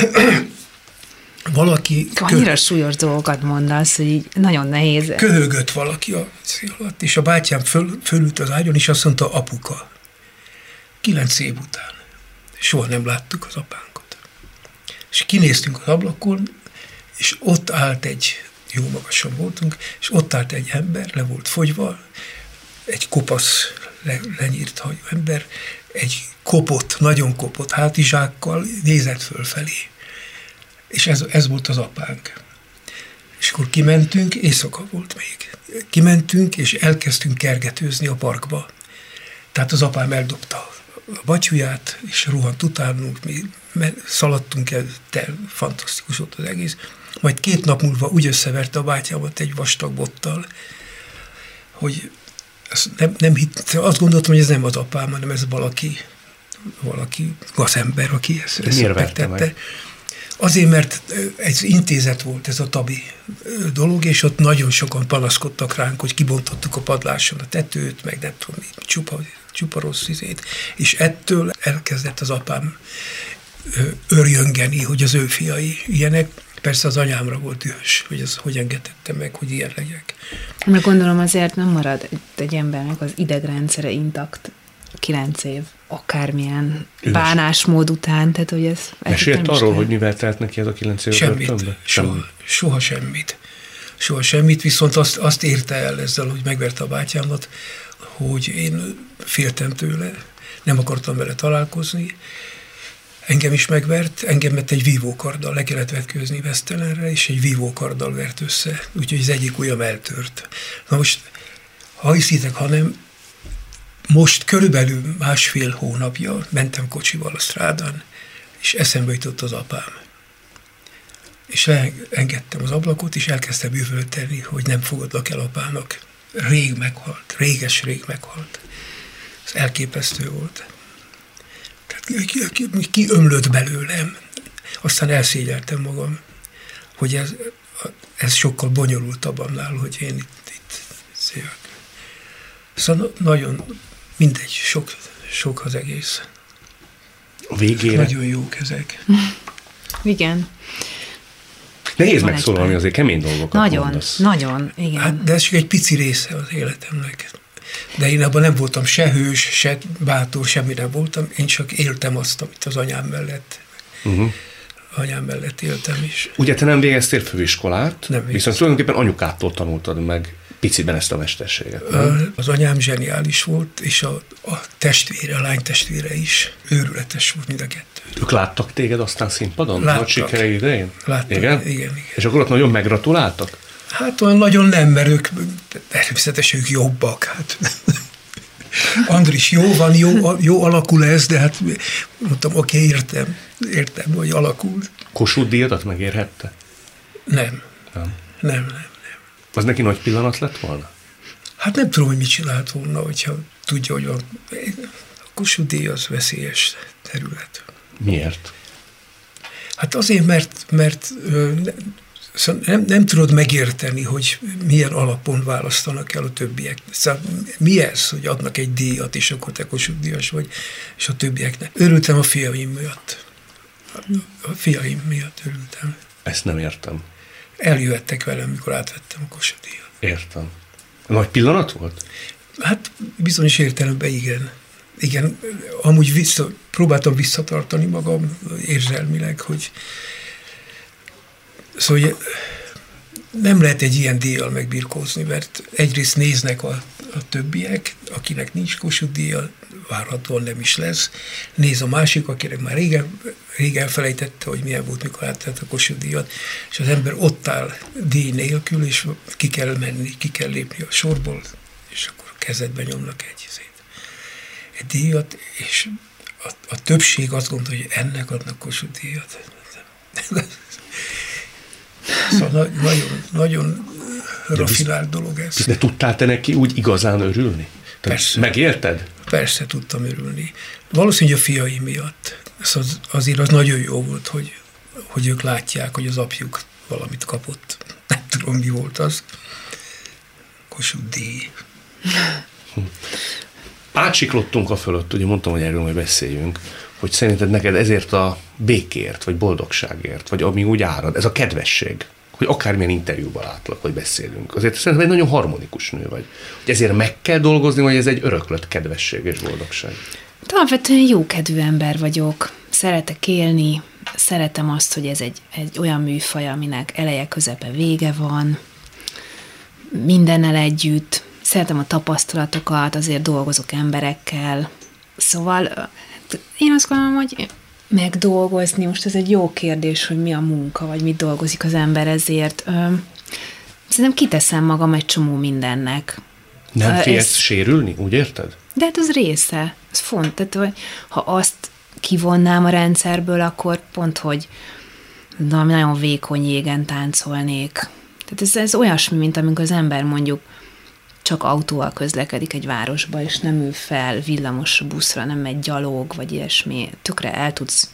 valaki... Annyira súlyos dolgokat mondasz, hogy így nagyon nehéz. Köhögött valaki a alatt, és a bátyám fölült az ágyon, és azt mondta, apuka. 9 év után. Soha nem láttuk az apánkat. És kinéztünk az ablakon, és ott állt jó magasan voltunk, és ott állt egy ember, le volt fogyva, egy kopasz, lenyírt hajú ember, egy nagyon kopott hátizsákkal nézett fölfelé. És ez volt az apánk. És akkor kimentünk, éjszaka volt még. Kimentünk, és elkezdtünk kergetőzni a parkba. Tehát az apám eldobta a batyuját, és rohant utánunk, mi szaladtunk el, fantasztikus volt az egész. Majd 2 nap múlva úgy összeverte a bátyámat egy vastag bottal, hogy nem azt gondoltam, hogy ez nem az apám, hanem ez valaki gazember, aki ezt megtette. Azért, mert ez intézet volt, ez a Tabi dolog, és ott nagyon sokan panaszkodtak ránk, hogy kibontottuk a padláson a tetőt, meg nem tudom, csupa rossz izét. És ettől elkezdett az apám örjöngeni, hogy az ő fiai ilyenek. Persze az anyámra volt dühös, hogy ez hogy engedette meg, hogy ilyen legyek. Mert gondolom azért nem marad egy embernek az idegrendszere intakt 9 év, akármilyen bánásmód után, tehát hogy ez... Mesélt arról, hogy mivel telt neki ez a 9 év börtönbe? Soha semmit. Soha semmit, viszont azt érte el ezzel, hogy megverte a bátyámat, hogy én féltem tőle, nem akartam vele találkozni, engem is megvert, engemet egy vívókarddal le kellett vetkőzni Vesztelenre, és egy vívókarddal vert össze, úgyhogy az egyik ujjam eltört. Na most, ha hiszitek, hanem most körülbelül 1,5 hónapja mentem kocsival a strádán, és eszembe jutott az apám. És engedtem az ablakot, és elkezdtem üvölteni, hogy nem fogadlak el apának. Rég meghalt, rég meghalt. Ez elképesztő volt. Tehát kiömlött belőlem. Aztán elszégyeltem magam, hogy ez sokkal bonyolultabb annál, hogy én itt szívek. Szóval nagyon mindegy, sok az egész. A végére. Nagyon jók ezek. Igen. Nehéz megszólalni, azért kemény dolgokat mondasz. Nagyon, igen. Hát, de ez csak egy pici része az életemnek. De én abban nem voltam se hős, se bátor, semmi nem voltam. Én csak éltem azt, amit az anyám mellett. Anyám mellett éltem is. Ugye te nem végeztél főiskolát, nem viszont tulajdonképpen anyukától tanultad meg piciben ezt a mesterséget. Az anyám zseniális volt, és a testvére, a lány testvére is őrületes volt mind a kettő. Ők láttak téged aztán színpadon? Láttak. Nagy sikerei idején? Láttak, igen. És akkor ott nagyon meggratuláltak? Hát olyan nagyon nem, mert ők természetesen ők jobbak. Hát. Andris, jó van, jó alakul ez, de hát mondtam, oké, értem, hogy alakul. Kossuth díjadat megérhette? Nem. Az neki nagy pillanat lett volna? Hát nem tudom, hogy mit csinált volna, hogyha tudja, hogy a Kossuth díj az veszélyes terület. Miért? Hát azért, mert nem tudod megérteni, hogy milyen alapon választanak el a többiek. Szóval mi ez, hogy adnak egy díjat, és akkor te Kossuth díjas vagy, és a többieknek. Örültem a fiaim miatt. A fiaim miatt örültem. Ezt nem értem. Eljöttek velem, mikor átvettem a Kossuth díjat. Értem. Nagy pillanat volt? Hát bizonyos értelemben igen. Amúgy próbáltam visszatartani magam érzelmileg, hogy szóval nem lehet egy ilyen díjjal megbirkózni, mert egyrészt néznek a többiek, akinek nincs Kossuth díja, várhatóan nem is lesz. Néz a másik, akinek már régen elfelejtette, hogy milyen volt, mikor átvett a Kossuth díjat, és az ember ott áll díj nélkül, és ki kell menni, ki kell lépni a sorból, és akkor kezedbe nyomnak egy díjat, és a többség azt gondolja, hogy ennek adnak Kossuth díjat. Szóval nagyon rafinált dolog ez. De tudtál te neki úgy igazán örülni? Persze. Megérted? Persze tudtam örülni. Valószínűleg a fiaim miatt. Szóval azért az nagyon jó volt, hogy ők látják, hogy az apjuk valamit kapott. Nem tudom, mi volt az. Kossuth díj. Átsiklottunk a fölött, ugye mondtam, hogy erről majd beszéljünk, hogy szerinted neked ezért a békért, vagy boldogságért, vagy ami úgy árad, ez a kedvesség, hogy akármilyen interjúban látlak, hogy beszélünk. Azért szerintem egy nagyon harmonikus nő vagy. Hogy ezért meg kell dolgozni, vagy ez egy öröklött kedvesség és boldogság? Alapvetően jókedvű ember vagyok. Szeretek élni, szeretem azt, hogy ez egy olyan műfaj, aminek eleje, közepe, vége van, mindennel együtt. Szeretem a tapasztalatokat, azért dolgozok emberekkel. Szóval én azt gondolom, hogy megdolgozni, most ez egy jó kérdés, hogy mi a munka, vagy mit dolgozik az ember ezért. Szerintem kiteszem magam egy csomó mindennek. Nem félsz sérülni, úgy érted? De hát az része. Ez fontos. Tehát, hogy ha azt kivonnám a rendszerből, akkor pont, hogy nagyon vékony jégen táncolnék. Tehát ez olyasmi, mint amikor az ember mondjuk csak autóval közlekedik egy városba, és nem ül fel villamos buszra, nem megy gyalog, vagy ilyesmi. Tökre el tudsz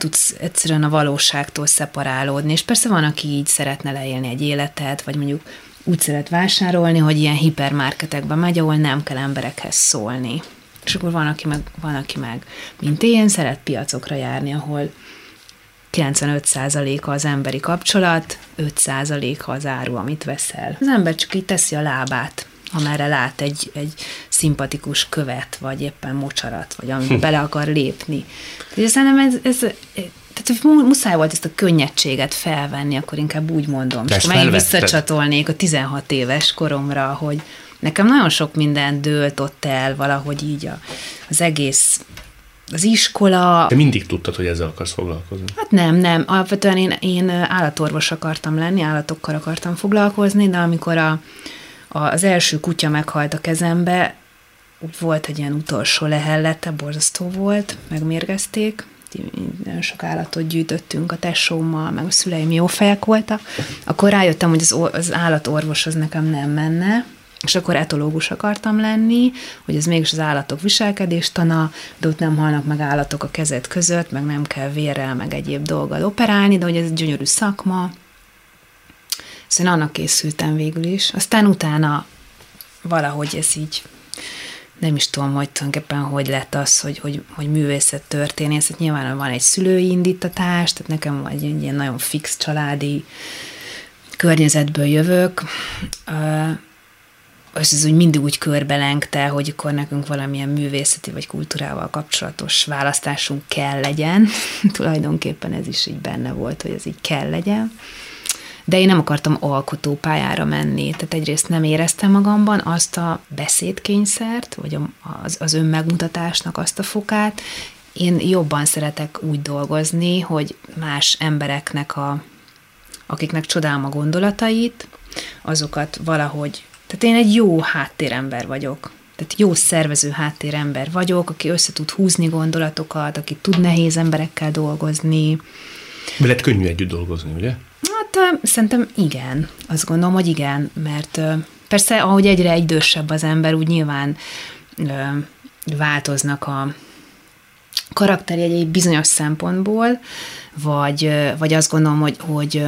egyszerűen a valóságtól szeparálódni, és persze van, aki így szeretne leélni egy életet, vagy mondjuk úgy szeret vásárolni, hogy ilyen hipermarketekbe megy, ahol nem kell emberekhez szólni. És akkor van, aki meg, mint én, szeret piacokra járni, ahol 95%-a az emberi kapcsolat, 5%-a az áru, amit veszel. Az ember csak így teszi a lábát, amerre lát egy szimpatikus követ, vagy éppen mocsarat, vagy amiben bele akar lépni. Tehát szerintem tehát muszáj volt ezt a könnyedséget felvenni, akkor inkább úgy mondom. És akkor megint visszacsatolnék a 16 éves koromra, hogy nekem nagyon sok minden dőlt ott el valahogy így az egész, az iskola. Te mindig tudtad, hogy ezzel akarsz foglalkozni? Hát nem. Alapvetően én állatorvos akartam lenni, állatokkal akartam foglalkozni, de amikor az első kutya meghalt a kezembe, úgy volt egy ilyen utolsó lehellete, borzasztó volt, megmérgezték, nagyon sok állatot gyűjtöttünk a tesómmal, meg a szüleim jó fejek voltak, akkor rájöttem, hogy az állatorvos az nekem nem menne, és akkor etológus akartam lenni, hogy ez mégis az állatok viselkedéstana, de ott nem halnak meg állatok a kezed között, meg nem kell vérrel, meg egyéb dolggal operálni, de hogy ez egy gyönyörű szakma. Szóval annak készültem végül is. Aztán utána valahogy ez így, nem is tudom, hogy tulajdonképpen hogy lett az, hogy művészettörténész. Hát nyilván van egy szülői indítatás, tehát nekem egy ilyen nagyon fix családi környezetből jövök. Ez úgy mindig úgy körbelengte, hogy akkor nekünk valamilyen művészeti vagy kultúrával kapcsolatos választásunk kell legyen. Tulajdonképpen ez is így benne volt, hogy ez így kell legyen. De én nem akartam alkotópályára menni, tehát egyrészt nem éreztem magamban azt a beszédkényszert, vagy az önmegmutatásnak azt a fokát. Én jobban szeretek úgy dolgozni, hogy más embereknek, akiknek csodálom a gondolatait, azokat valahogy, tehát én egy jó háttérember vagyok. Tehát jó szervező háttérember vagyok, aki össze tud húzni gondolatokat, aki tud nehéz emberekkel dolgozni. Veled könnyű együtt dolgozni, ugye? Hát szerintem igen. Azt gondolom, hogy igen, mert persze, ahogy egyre idősebb az ember, úgy nyilván változnak a karakterjegyei bizonyos szempontból, vagy azt gondolom, hogy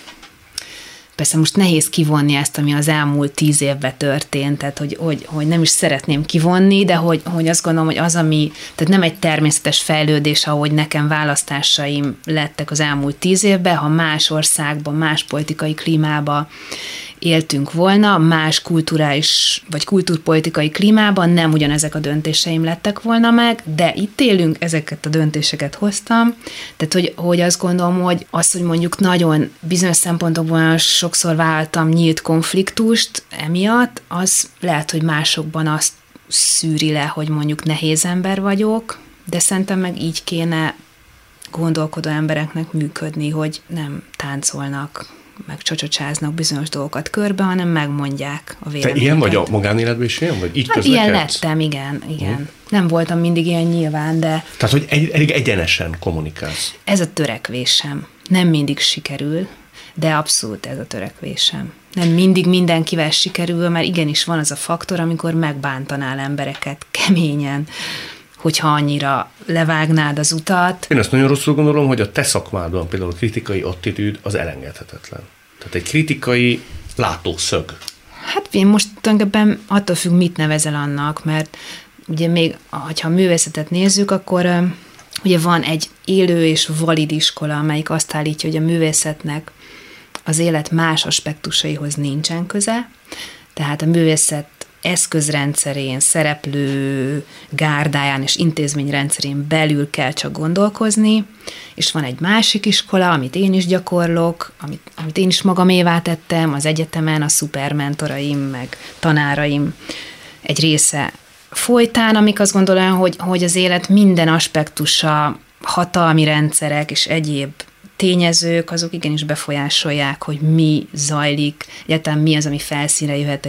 persze most nehéz kivonni ezt, ami az elmúlt 10 évben történt, tehát hogy nem is szeretném kivonni, de hogy azt gondolom, hogy az, ami, tehát nem egy természetes fejlődés, ahogy nekem választásaim lettek az elmúlt 10 évben, ha más országban, más politikai klímában éltünk volna, más kulturális vagy kultúrpolitikai klímában nem ugyanezek a döntéseim lettek volna meg, de itt élünk, ezeket a döntéseket hoztam, tehát hogy azt gondolom, hogy az, hogy mondjuk nagyon bizonyos szempontokban sokszor vállaltam nyílt konfliktust emiatt, az lehet, hogy másokban azt szűri le, hogy mondjuk nehéz ember vagyok, de szerintem meg így kéne gondolkodó embereknek működni, hogy nem táncolnak, meg csacsacsáznak bizonyos dolgokat körbe, hanem megmondják a véleményeket. Te ilyen vagy a magánéletben is ilyen? Vagy így hát ilyen lettem, igen. Nem voltam mindig ilyen nyilván, de... Tehát, hogy elég egyenesen kommunikálsz. Ez a törekvésem. Nem mindig sikerül, de abszolút ez a törekvésem. Nem mindig mindenkivel sikerül, mert igenis van az a faktor, amikor megbántanál embereket keményen, hogyha annyira levágnád az utat. Én azt nagyon rosszul gondolom, hogy a te szakmádban például a kritikai attitűd az elengedhetetlen. Tehát egy kritikai látószög. Hát én most tulajdonképpen attól függ, mit nevezel annak, mert ugye még, ha a művészetet nézzük, akkor ugye van egy élő és valid iskola, amelyik azt állítja, hogy a művészetnek az élet más aspektusaihoz nincsen köze, tehát a művészet eszközrendszerén, szereplő gárdáján és intézményrendszerén belül kell csak gondolkozni, és van egy másik iskola, amit én is gyakorlok, amit én is magamévá tettem, az egyetemen a szupermentoraim, meg tanáraim egy része folytán, amik azt gondolom, hogy az élet minden aspektusa, hatalmi rendszerek és egyéb tényezők, azok igenis befolyásolják, hogy mi zajlik, egyáltalán mi az, ami felszínre jöhet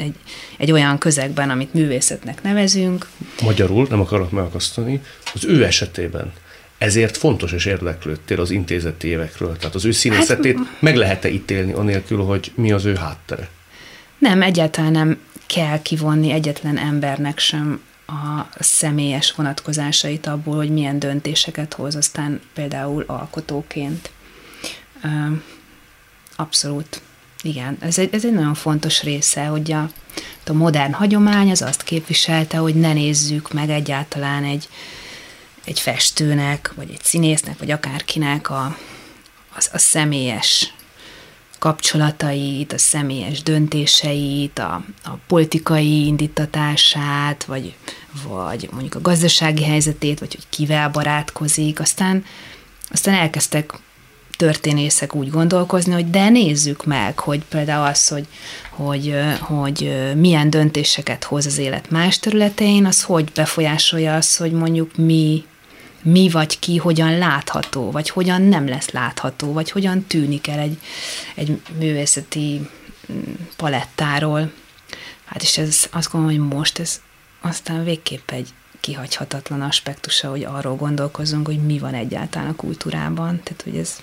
egy olyan közegben, amit művészetnek nevezünk. Magyarul, nem akarok megakasztani, az ő esetében ezért fontos és érdeklődtél az intézeti évekről. Tehát az ő színészetét meg lehet-e ítélni anélkül, hogy mi az ő háttere? Nem, egyáltalán nem kell kivonni egyetlen embernek sem a személyes vonatkozásait abból, hogy milyen döntéseket hoz, aztán például alkotóként. Abszolút. Igen, ez egy nagyon fontos része, hogy a modern hagyomány az azt képviselte, hogy ne nézzük meg egyáltalán egy festőnek, vagy egy színésznek, vagy akárkinek a személyes kapcsolatait, a személyes döntéseit, a politikai indítatását, vagy mondjuk a gazdasági helyzetét, vagy hogy kivel barátkozik. Aztán elkezdtek történészek úgy gondolkozni, hogy de nézzük meg, hogy például az, hogy milyen döntéseket hoz az élet más területein, az hogy befolyásolja azt, hogy mondjuk mi vagy ki hogyan látható, vagy hogyan nem lesz látható, vagy hogyan tűnik el egy művészeti palettáról. Hát és ez azt gondolom, hogy most ez aztán végképp egy kihagyhatatlan aspektusa, hogy arról gondolkozunk, hogy mi van egyáltalán a kultúrában. Tehát, hogy ez...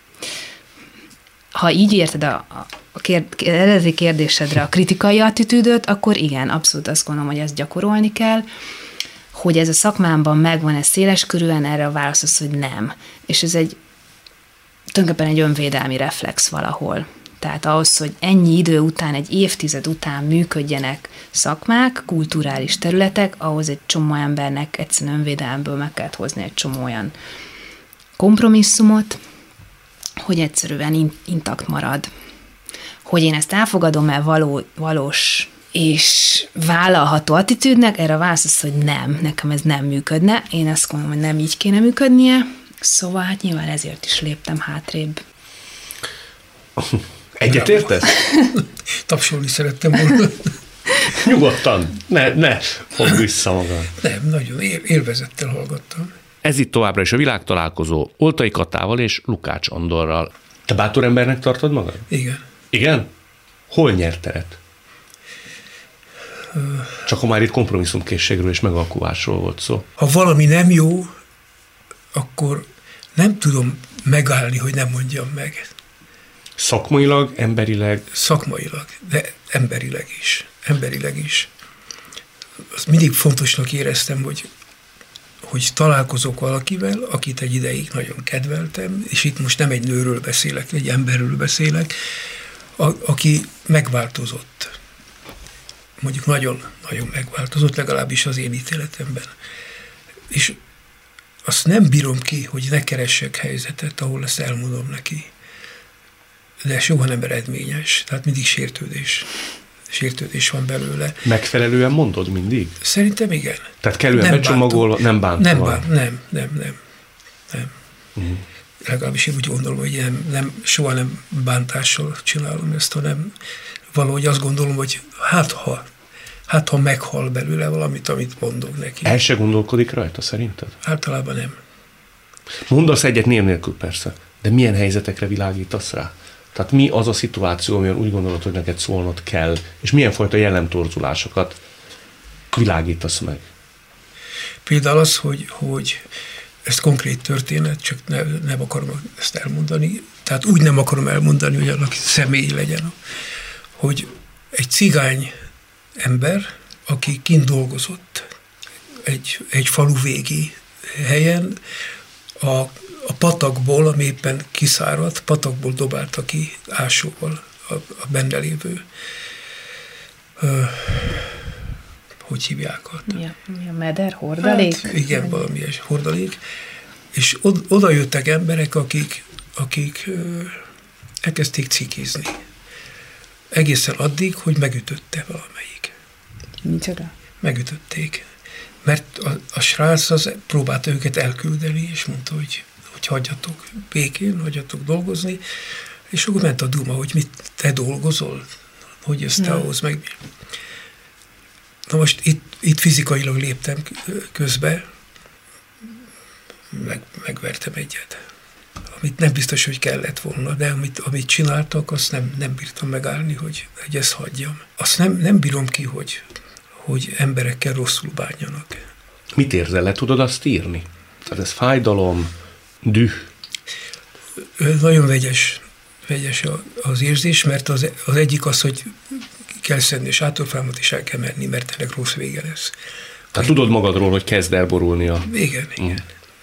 Ha így érted eredeti kérdésedre a kritikai attitűdöt, akkor igen, abszolút azt gondolom, hogy ezt gyakorolni kell. Hogy ez a szakmámban megvan-e széleskörűen, erre a válasz az, hogy nem. És ez tulajdonképpen egy önvédelmi reflex valahol. Tehát ahhoz, hogy ennyi idő után, egy évtized után működjenek szakmák, kulturális területek, ahhoz egy csomó embernek egyszerűen önvédelemből meg kellett hozni egy csomó olyan kompromisszumot, hogy egyszerűen intakt marad. Hogy én ezt elfogadom-e valós és vállalható attitűdnek, erre a válasz az, hogy nem, nekem ez nem működne. Én azt gondolom, hogy nem így kéne működnie, szóval hát nyilván ezért is léptem hátrébb. Egyet értesz? Tapsolni szerettem volna. Nyugodtan, ne fogd vissza magad. Nem, nagyon élvezettel hallgattam. Ez itt továbbra is a Világtalálkozó Oltai Katával és Lukács Andorral. Te bátor embernek tartod magad? Igen. Igen? Hol nyert teret? Csak ha már itt kompromisszumkészségről és megalkuvásról volt szó. Ha valami nem jó, akkor nem tudom megállni, hogy nem mondjam meg. Szakmailag, emberileg? Szakmailag, de emberileg is. Azt mindig fontosnak éreztem, hogy találkozok valakivel, akit egy ideig nagyon kedveltem, és itt most nem egy nőről beszélek, egy emberről beszélek, aki megváltozott. Mondjuk nagyon megváltozott, legalábbis az én ítéletemben. És azt nem bírom ki, hogy ne keressek helyzetet, ahol ezt elmondom neki. De soha nem eredményes. Tehát mindig sértődés van belőle. Megfelelően mondod mindig? Szerintem igen. Tehát kellően becsomagolva, nem bántom? Nem. Legalábbis én úgy gondolom, hogy soha nem bántással csinálom ezt, hanem valahogy azt gondolom, hogy hát ha meghal belőle valamit, amit mondok neki. El se gondolkodik rajta, szerinted? Általában nem. Mondasz egyet név nélkül persze, de milyen helyzetekre világítasz rá? Tehát mi az a szituáció, amiben úgy gondolod, hogy neked szólnod kell, és milyen fajta jellemtorzulásokat világítasz meg? Például az, hogy ez konkrét történet, csak nem akarom ezt elmondani, tehát úgy nem akarom elmondani, hogy annak személy legyen, hogy egy cigány ember, aki kint dolgozott egy falu végi helyen, a patakból, ami éppen kiszáradt, patakból dobálta ki ásóval a benne lévő, hogy hívják? Mi a meder? Hordalék? Hát, igen, valami hordalék. És oda jöttek emberek, akik elkezdték cikizni. Egészen addig, hogy megütötte valamelyik. Micsoda? Megütötték. Mert a srác az próbálta őket elküldeni, és mondta, hogy hagyjatok békén, hagyjatok dolgozni, és akkor ment a duma, hogy mit te dolgozol, hogy ezt te ahhoz meg... Na most itt fizikailag léptem közbe, megvertem egyet. Amit nem biztos, hogy kellett volna, de amit csináltak, azt nem bírtam megállni, hogy ezt hagyjam. Azt nem bírom ki, hogy emberekkel rosszul bánjanak. Mit érzel, le tudod azt írni? Tehát ez fájdalom, düh? Nagyon vegyes az érzés, mert az egyik az, hogy kell szedni sátorfámat, és el kell menni, mert ennek rossz vége lesz. Tehát tudod magadról, hogy kezd elborulni a... Igen.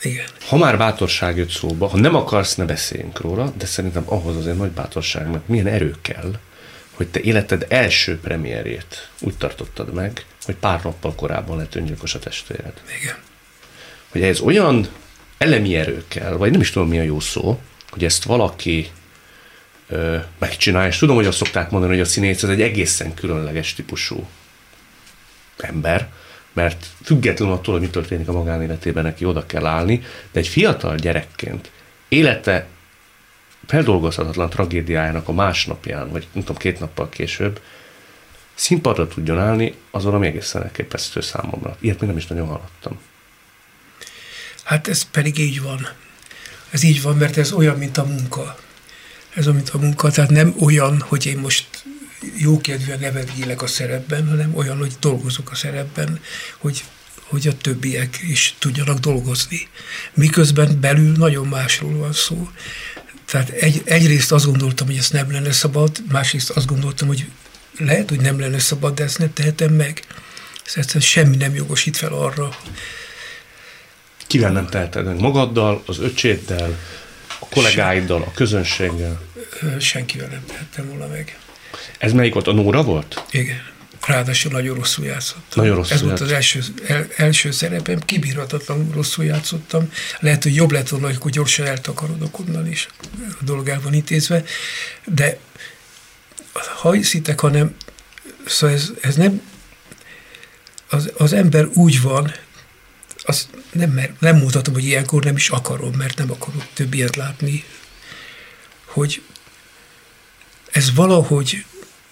Igen. Ha már bátorság jött szóba, ha nem akarsz, ne beszéljünk róla, de szerintem ahhoz azért nagy bátorság, mert milyen erő kell, hogy te életed első premierjét úgy tartottad meg, hogy pár nappal korábban lett öngyilkos a testvéred. Igen. Hogy ez olyan elemi erő kell, vagy nem is tudom, mi a jó szó, hogy ezt valaki megcsinálja, és tudom, hogy azt szokták mondani, hogy a színész ez egy egészen különleges típusú ember, mert függetlenül attól, hogy mi történik a magánéletében, neki oda kell állni, de egy fiatal gyerekként élete feldolgozhatatlan tragédiájának a másnapján, vagy nem tudom, 2 nappal később színpadra tudjon állni, az valami egészen elképesztő számomra. Ilyet még nem is nagyon hallottam. Hát ez pedig így van. Ez így van, mert ez olyan, mint a munka. Ez olyan, mint a munka, tehát nem olyan, hogy én most jókedvűen nevetgélek a szerepben, hanem olyan, hogy dolgozok a szerepben, hogy a többiek is tudjanak dolgozni. Miközben belül nagyon másról van szó. Tehát egyrészt azt gondoltam, hogy ezt nem lenne szabad, másrészt azt gondoltam, hogy lehet, hogy nem lenne szabad, de ezt nem tehetem meg. Szerintem semmi nem jogosít fel arra. Kivel nem teheted meg? Magaddal, az öcséddel, a kollégáiddal, a közönséggel? Senkivel nem tehettem volna meg. Ez melyik volt? A Nóra volt? Igen. Ráadásul nagyon rosszul játszottam. Nagyon rosszul Ez volt az első szerepem, kibírhatatlanul rosszul játszottam. Lehet, hogy jobb lett volna, hogy gyorsan eltakarodok onnan is. A dolog el van intézve. De ha hiszitek, hanem szóval ez nem az ember úgy van, azt nem mutatom, hogy ilyenkor nem is akarom, mert nem akarok több ilyet látni, hogy ez valahogy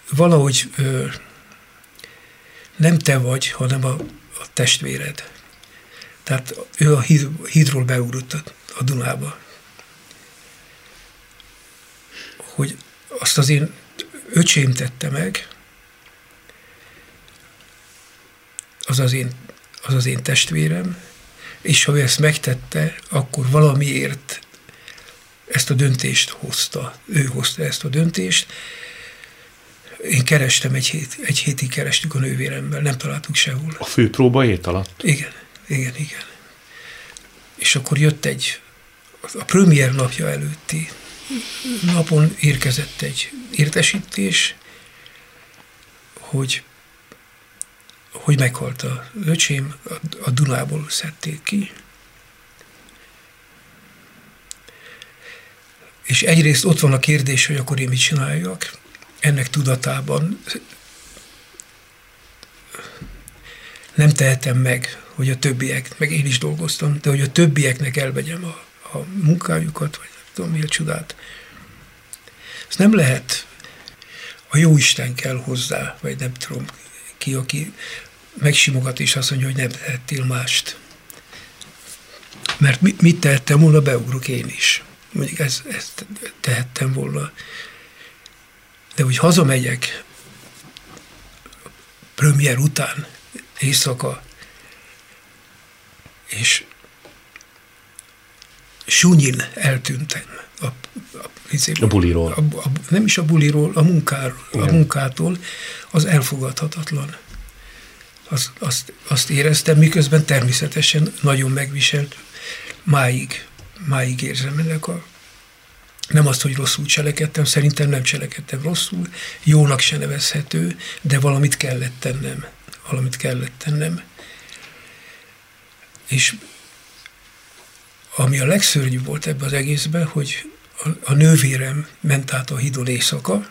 nem te vagy, hanem a testvéred. Tehát ő a hídról beugrott a Dunába. Hogy azt az én öcsém tette meg, az az én testvérem, és ha ő ezt megtette, akkor valamiért ezt a döntést hozta. Ő hozta ezt a döntést. Én kerestem, egy hétig kerestük a nővéremmel, nem találtuk sehol. A főpróba hét alatt? Igen. És akkor jött a premier napja előtti napon érkezett egy értesítés, hogy meghalt az öcsém, a Dunából szedték ki. És egyrészt ott van a kérdés, hogy akkor én mit csináljak. Ennek tudatában nem tehetem meg, hogy a többiek, meg én is dolgoztam, de hogy a többieknek elvegyem a munkájukat, vagy nem tudom mi a csodát. Ez nem lehet, a jóisten kell hozzá, vagy nem tudom ki, aki megsimogat és azt mondja, hogy nem tehettél mást. Mert mit tehettem volna, beugrok én is. Mondjuk ezt tehettem volna. De hogy hazamegyek premier után, éjszaka, és súnyin eltűntem a buliról. Nem is a buliról, a munkától, az elfogadhatatlan. Azt éreztem, miközben természetesen nagyon megviselt, máig érzem ennek nem azt, hogy rosszul cselekedtem, szerintem nem cselekedtem rosszul, jónak se nevezhető, de valamit kellett tennem. És ami a legszörnyűbb volt ebben az egészben, hogy a nővérem ment át a hídon éjszaka,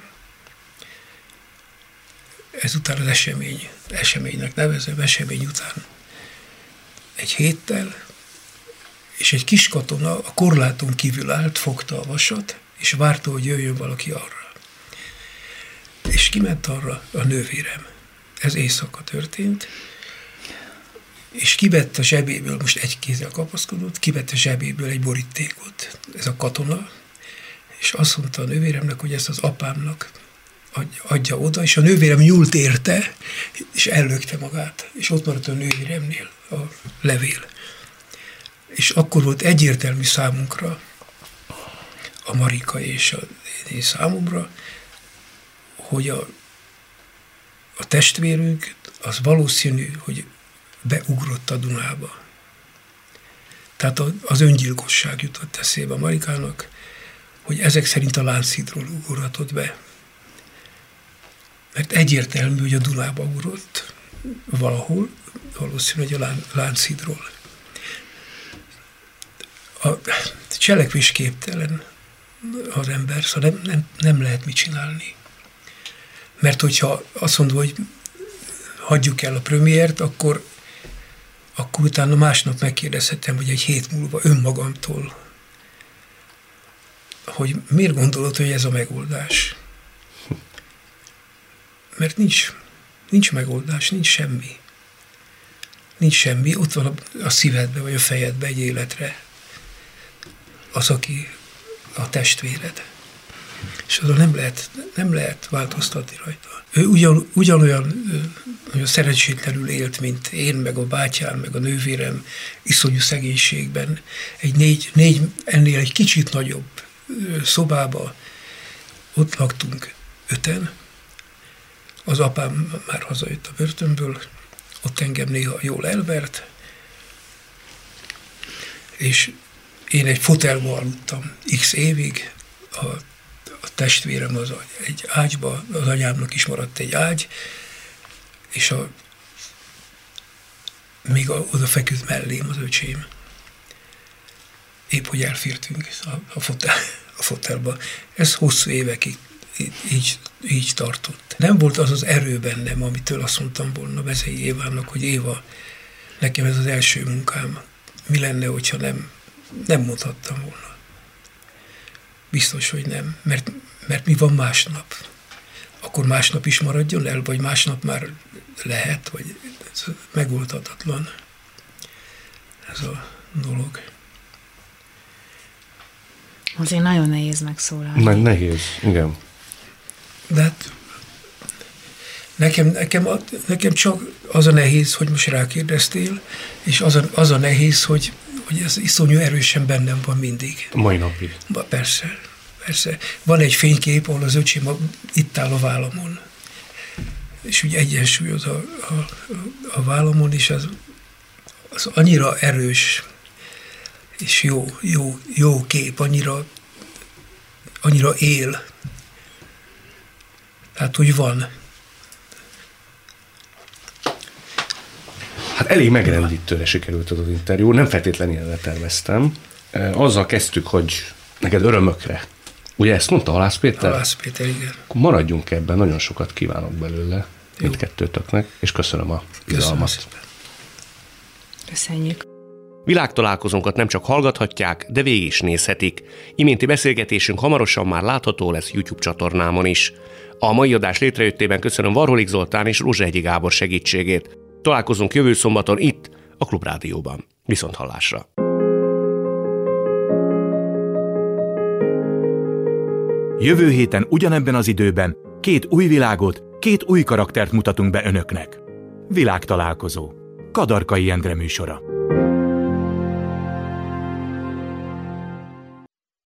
ezután az eseménynek nevezem, esemény után egy héttel, és egy kis katona a korláton kívül állt, fogta a vasat, és várta, hogy jöjjön valaki arra. És kiment arra a nővérem. Ez éjszaka történt, és kivett a zsebéből, most egy kézzel kapaszkodott, kivett a zsebéből egy borítékot, ez a katona, és azt mondta a nővéremnek, hogy ezt az apámnak adja oda, és a nővérem nyúlt érte, és ellökte magát, és ott maradt a nővéremnél a levél. És akkor volt egyértelmű számunkra, a Marika és én számomra, hogy a testvérünk az valószínű, hogy beugrott a Dunába. Tehát az öngyilkosság jutott eszébe Marikának, hogy ezek szerint a Lánchídról ugorhatott be. Mert egyértelmű, hogy a Dunába ugrott valahol, valószínűleg a Lánchídról. A cselekvésképtelen az ember, szóval nem lehet mit csinálni. Mert hogyha azt mondom, hogy hagyjuk el a premiért, akkor utána másnap megkérdezhetem, hogy egy hét múlva önmagamtól, hogy miért gondolod, hogy ez a megoldás? Mert nincs megoldás, nincs semmi. Nincs semmi, ott van a szívedbe, vagy a fejedbe egy életre. Az, aki a testvéred. És azon nem lehet változtatni rajta. Ő ugyanolyan szerencsétlenül élt, mint én, meg a bátyám, meg a nővérem, iszonyú szegénységben. Négy ennél egy kicsit nagyobb szobába, ott laktunk 5-en. Az apám már hazajött a börtönből, ott engem néha jól elvert, és én egy fotelba aludtam x évig, a testvérem az egy ágyba, az anyámnak is maradt egy ágy, és még oda feküdt mellém az öcsém. Épp hogy elfértünk a fotelba. Ez hosszú évekig így tartott. Nem volt az erő bennem, amitől azt mondtam volna Vezei Évának, hogy Éva, nekem ez az első munkám. Mi lenne, hogyha nem mondhattam volna. Biztos, hogy nem. Mert mi van másnap? Akkor másnap is maradjon el, vagy másnap már lehet, vagy ez megoldhatatlan. Ez a dolog. Azért nagyon nehéz megszólalni. Nagy nehéz, igen. De hát nekem csak az a nehéz, hogy most rákérdeztél, és az a nehéz, hogy ez iszonyú erősen bennem van mindig. Mai napig. Persze. Van egy fénykép, ahol az öcsém itt áll a vállamon. És úgy egyensúlyoz a vállamon, és az annyira erős, és jó kép, annyira él. Tehát, hogy van. Hát elég megrendítőre sikerült az interjú, nem feltétlenül ilyenre terveztem. Azzal kezdtük, hogy neked örömökre. Ugye ezt mondta Halász Péter? Halász Péter, igen. Akkor maradjunk ebben, nagyon sokat kívánok belőle mindkettőtöknek, és köszönöm a bizalmat. Köszönjük. Világtalálkozónkat nem csak hallgathatják, de végig is nézhetik. Iménti beszélgetésünk hamarosan már látható lesz YouTube csatornámon is. A mai adás létrejöttében köszönöm Varholik Zoltán és Rózsahegyi Gábor segítségét. Találkozunk jövő szombaton itt, a Klubrádióban. Viszonthallásra! Jövő héten ugyanebben az időben 2 új világot, 2 új karaktert mutatunk be önöknek. Világtalálkozó. Kadarkai Endre műsora.